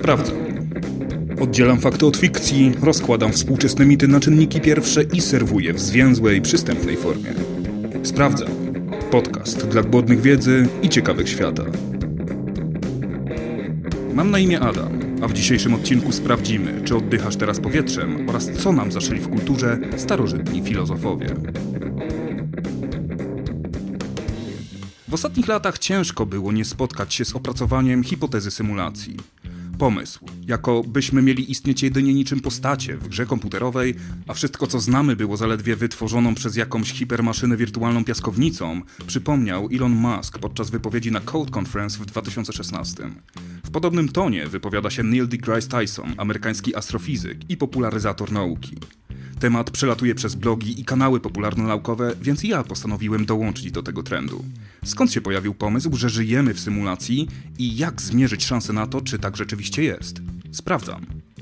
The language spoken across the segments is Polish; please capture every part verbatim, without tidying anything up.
Sprawdzam. Oddzielam fakty od fikcji, rozkładam współczesne mity na czynniki pierwsze i serwuję w zwięzłej, przystępnej formie. Sprawdzam. Podcast dla głodnych wiedzy i ciekawych świata. Mam na imię Adam, a w dzisiejszym odcinku sprawdzimy, czy oddychasz teraz powietrzem oraz co nam zaszyli w kulturze starożytni filozofowie. W ostatnich latach ciężko było nie spotkać się z opracowaniem hipotezy symulacji. Pomysł, jako byśmy mieli istnieć jedynie niczym postacie w grze komputerowej, a wszystko co znamy było zaledwie wytworzoną przez jakąś hipermaszynę wirtualną piaskownicą, przypomniał Elon Musk podczas wypowiedzi na Code Conference w dwa tysiące szesnastym. W podobnym tonie wypowiada się Neil deGrasse Tyson, amerykański astrofizyk i popularyzator nauki. Temat przelatuje przez blogi i kanały popularno-naukowe, więc ja postanowiłem dołączyć do tego trendu. Skąd się pojawił pomysł, że żyjemy w symulacji i jak zmierzyć szanse na to, czy tak rzeczywiście jest? Sprawdzam.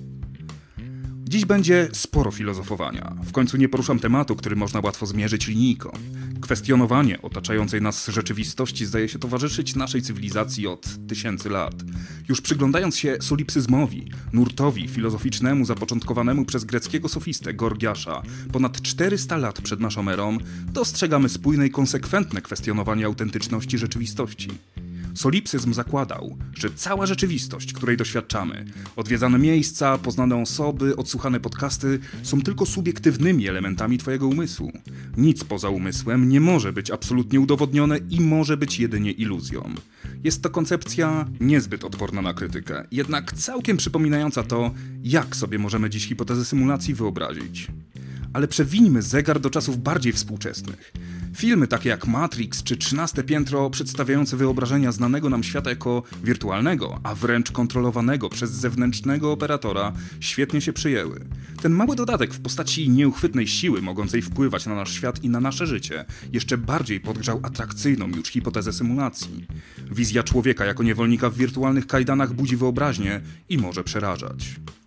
Dziś będzie sporo filozofowania. W końcu nie poruszam tematu, który można łatwo zmierzyć linijką. Kwestionowanie otaczającej nas rzeczywistości zdaje się towarzyszyć naszej cywilizacji od tysięcy lat. Już przyglądając się solipsyzmowi, nurtowi filozoficznemu zapoczątkowanemu przez greckiego sofistę Gorgiasza ponad czterysta lat przed naszą erą, dostrzegamy spójne i konsekwentne kwestionowanie autentyczności rzeczywistości. Solipsyzm zakładał, że cała rzeczywistość, której doświadczamy, odwiedzane miejsca, poznane osoby, odsłuchane podcasty są tylko subiektywnymi elementami twojego umysłu. Nic poza umysłem nie może być absolutnie udowodnione i może być jedynie iluzją. Jest to koncepcja niezbyt odporna na krytykę, jednak całkiem przypominająca to, jak sobie możemy dziś hipotezę symulacji wyobrazić. Ale przewińmy zegar do czasów bardziej współczesnych. Filmy takie jak Matrix czy trzynaste piętro, przedstawiające wyobrażenia znanego nam świata jako wirtualnego, a wręcz kontrolowanego przez zewnętrznego operatora, świetnie się przyjęły. Ten mały dodatek w postaci nieuchwytnej siły mogącej wpływać na nasz świat i na nasze życie jeszcze bardziej podgrzał atrakcyjną już hipotezę symulacji. Wizja człowieka jako niewolnika w wirtualnych kajdanach budzi wyobraźnię i może przerażać.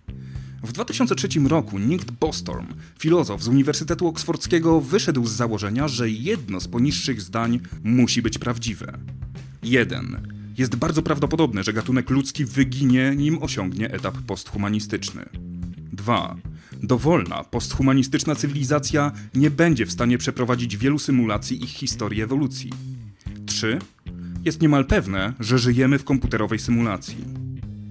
W dwa tysiące trzecim roku Nick Bostrom, filozof z Uniwersytetu Oksfordzkiego, wyszedł z założenia, że jedno z poniższych zdań musi być prawdziwe. jeden. Jest bardzo prawdopodobne, że gatunek ludzki wyginie, nim osiągnie etap posthumanistyczny. dwa. Dowolna, posthumanistyczna cywilizacja nie będzie w stanie przeprowadzić wielu symulacji ich historii ewolucji. trzy. Jest niemal pewne, że żyjemy w komputerowej symulacji.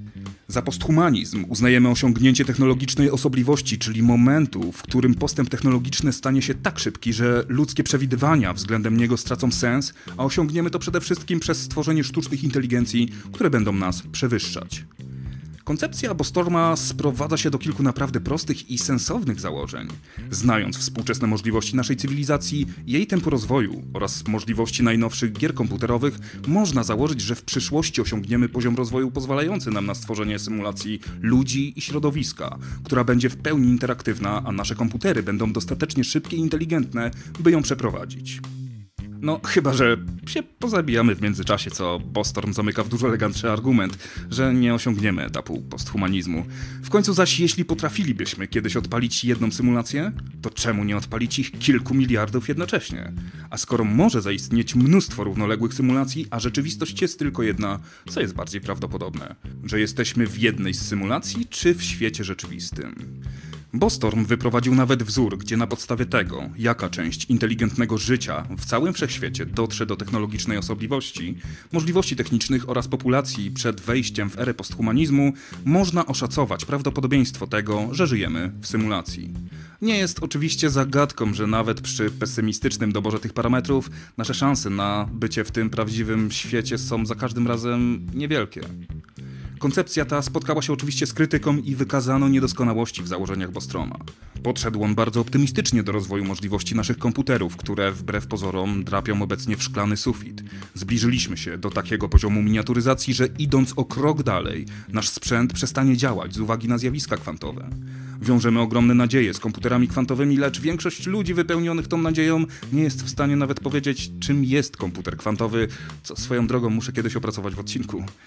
Za posthumanizm uznajemy osiągnięcie technologicznej osobliwości, czyli momentu, w którym postęp technologiczny stanie się tak szybki, że ludzkie przewidywania względem niego stracą sens, a osiągniemy to przede wszystkim przez stworzenie sztucznych inteligencji, które będą nas przewyższać. Koncepcja Bostorma sprowadza się do kilku naprawdę prostych i sensownych założeń. Znając współczesne możliwości naszej cywilizacji, jej tempo rozwoju oraz możliwości najnowszych gier komputerowych, można założyć, że w przyszłości osiągniemy poziom rozwoju pozwalający nam na stworzenie symulacji ludzi i środowiska, która będzie w pełni interaktywna, a nasze komputery będą dostatecznie szybkie i inteligentne, by ją przeprowadzić. No, chyba że się pozabijamy w międzyczasie, co Bostorm zamyka w dużo elegantszy argument, że nie osiągniemy etapu posthumanizmu. W końcu zaś, jeśli potrafilibyśmy kiedyś odpalić jedną symulację, to czemu nie odpalić ich kilku miliardów jednocześnie? A skoro może zaistnieć mnóstwo równoległych symulacji, a rzeczywistość jest tylko jedna, co jest bardziej prawdopodobne? Że jesteśmy w jednej z symulacji, czy w świecie rzeczywistym? Bostorm wyprowadził nawet wzór, gdzie na podstawie tego, jaka część inteligentnego życia w całym wszechświecie dotrze do technologicznej osobliwości, możliwości technicznych oraz populacji przed wejściem w erę posthumanizmu, można oszacować prawdopodobieństwo tego, że żyjemy w symulacji. Nie jest oczywiście zagadką, że nawet przy pesymistycznym doborze tych parametrów nasze szanse na bycie w tym prawdziwym świecie są za każdym razem niewielkie. Koncepcja ta spotkała się oczywiście z krytyką i wykazano niedoskonałości w założeniach Bostroma. Podszedł on bardzo optymistycznie do rozwoju możliwości naszych komputerów, które wbrew pozorom drapią obecnie w szklany sufit. Zbliżyliśmy się do takiego poziomu miniaturyzacji, że idąc o krok dalej, nasz sprzęt przestanie działać z uwagi na zjawiska kwantowe. Wiążemy ogromne nadzieje z komputerami kwantowymi, lecz większość ludzi wypełnionych tą nadzieją nie jest w stanie nawet powiedzieć, czym jest komputer kwantowy, co swoją drogą muszę kiedyś opracować w odcinku.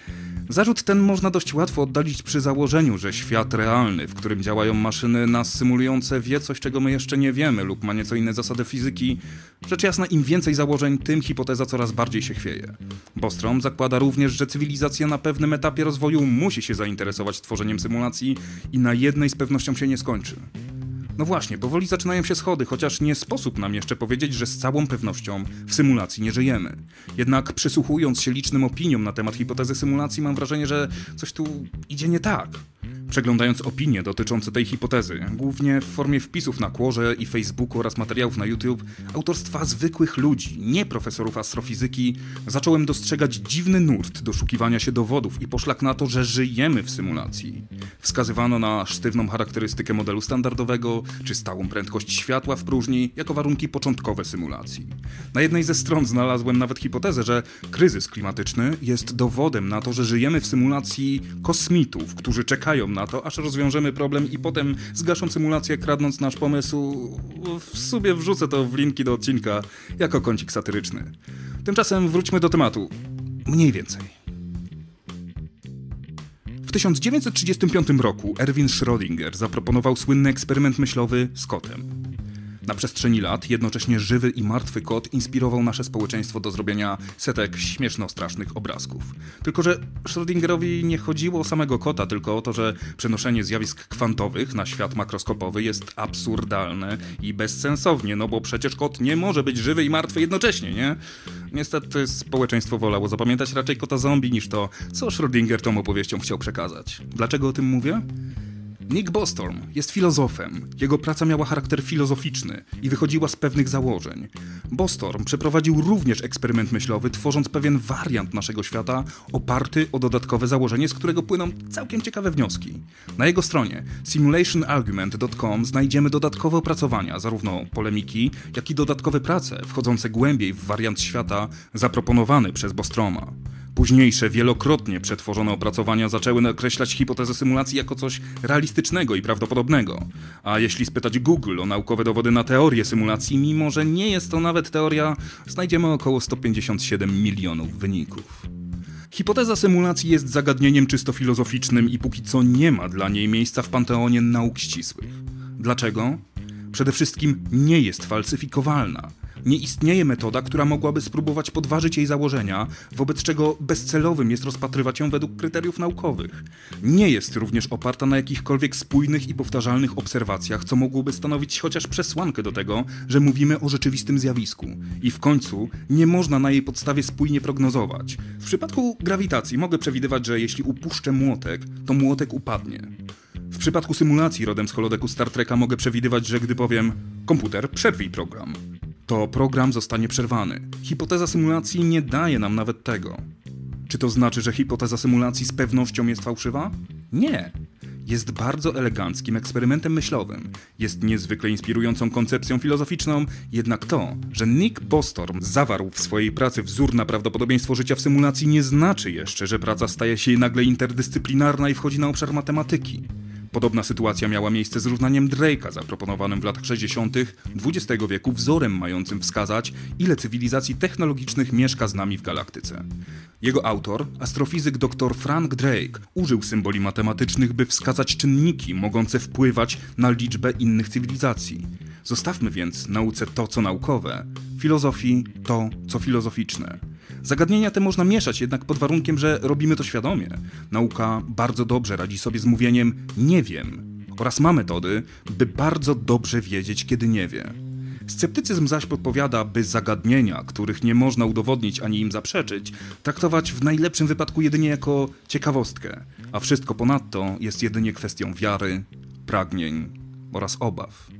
Zarzut ten można dość łatwo oddalić przy założeniu, że świat realny, w którym działają maszyny nas symulujące, wie coś, czego my jeszcze nie wiemy lub ma nieco inne zasady fizyki. Rzecz jasna, im więcej założeń, tym hipoteza coraz bardziej się chwieje. Bostrom zakłada również, że cywilizacja na pewnym etapie rozwoju musi się zainteresować tworzeniem symulacji i na jednej z pewnością się nie skończy. No właśnie, powoli zaczynają się schody, chociaż nie sposób nam jeszcze powiedzieć, że z całą pewnością w symulacji nie żyjemy. Jednak przysłuchując się licznym opiniom na temat hipotezy symulacji, mam wrażenie, że coś tu idzie nie tak. Przeglądając opinie dotyczące tej hipotezy, głównie w formie wpisów na Quorze i Facebooku oraz materiałów na YouTube, autorstwa zwykłych ludzi, nie profesorów astrofizyki, zacząłem dostrzegać dziwny nurt doszukiwania się dowodów i poszlak na to, że żyjemy w symulacji. Wskazywano na sztywną charakterystykę modelu standardowego, czy stałą prędkość światła w próżni, jako warunki początkowe symulacji. Na jednej ze stron znalazłem nawet hipotezę, że kryzys klimatyczny jest dowodem na to, że żyjemy w symulacji kosmitów, którzy czekają na to, aż rozwiążemy problem i potem zgaszą symulację, kradnąc nasz pomysł. W sumie wrzucę to w linki do odcinka jako kącik satyryczny. Tymczasem wróćmy do tematu. Mniej więcej. W tysiąc dziewięćset trzydziestym piątym roku Erwin Schrödinger zaproponował słynny eksperyment myślowy z kotem. Na przestrzeni lat jednocześnie żywy i martwy kot inspirował nasze społeczeństwo do zrobienia setek śmieszno-strasznych obrazków. Tylko że Schrödingerowi nie chodziło o samego kota, tylko o to, że przenoszenie zjawisk kwantowych na świat makroskopowy jest absurdalne i bezsensownie, no bo przecież kot nie może być żywy i martwy jednocześnie, nie? Niestety społeczeństwo wolało zapamiętać raczej kota zombie niż to, co Schrödinger tą opowieścią chciał przekazać. Dlaczego o tym mówię? Nick Bostrom jest filozofem. Jego praca miała charakter filozoficzny i wychodziła z pewnych założeń. Bostrom przeprowadził również eksperyment myślowy, tworząc pewien wariant naszego świata oparty o dodatkowe założenie, z którego płyną całkiem ciekawe wnioski. Na jego stronie simulation argument kropka com znajdziemy dodatkowe opracowania, zarówno polemiki, jak i dodatkowe prace wchodzące głębiej w wariant świata zaproponowany przez Bostroma. Późniejsze, wielokrotnie przetworzone opracowania zaczęły nakreślać hipotezę symulacji jako coś realistycznego i prawdopodobnego. A jeśli spytać Google o naukowe dowody na teorię symulacji, mimo że nie jest to nawet teoria, znajdziemy około sto pięćdziesiąt siedem milionów wyników. Hipoteza symulacji jest zagadnieniem czysto filozoficznym i póki co nie ma dla niej miejsca w panteonie nauk ścisłych. Dlaczego? Przede wszystkim nie jest falsyfikowalna. Nie istnieje metoda, która mogłaby spróbować podważyć jej założenia, wobec czego bezcelowym jest rozpatrywać ją według kryteriów naukowych. Nie jest również oparta na jakichkolwiek spójnych i powtarzalnych obserwacjach, co mogłoby stanowić chociaż przesłankę do tego, że mówimy o rzeczywistym zjawisku. I w końcu nie można na jej podstawie spójnie prognozować. W przypadku grawitacji mogę przewidywać, że jeśli upuszczę młotek, to młotek upadnie. W przypadku symulacji rodem z holodeku Star Treka mogę przewidywać, że gdy powiem komputer, przerwij program, to program zostanie przerwany. Hipoteza symulacji nie daje nam nawet tego. Czy to znaczy, że hipoteza symulacji z pewnością jest fałszywa? Nie. Jest bardzo eleganckim eksperymentem myślowym. Jest niezwykle inspirującą koncepcją filozoficzną, jednak to, że Nick Bostrom zawarł w swojej pracy wzór na prawdopodobieństwo życia w symulacji, nie znaczy jeszcze, że praca staje się nagle interdyscyplinarna i wchodzi na obszar matematyki. Podobna sytuacja miała miejsce z równaniem Drake'a, zaproponowanym w latach sześćdziesiątych dwudziestego wieku, wzorem mającym wskazać, ile cywilizacji technologicznych mieszka z nami w galaktyce. Jego autor, astrofizyk dr Frank Drake, użył symboli matematycznych, by wskazać czynniki mogące wpływać na liczbę innych cywilizacji. Zostawmy więc nauce to, co naukowe, filozofii to, co filozoficzne. Zagadnienia te można mieszać jednak pod warunkiem, że robimy to świadomie. Nauka bardzo dobrze radzi sobie z mówieniem nie wiem oraz ma metody, by bardzo dobrze wiedzieć, kiedy nie wie. Sceptycyzm zaś podpowiada, by zagadnienia, których nie można udowodnić ani im zaprzeczyć, traktować w najlepszym wypadku jedynie jako ciekawostkę, a wszystko ponadto jest jedynie kwestią wiary, pragnień oraz obaw.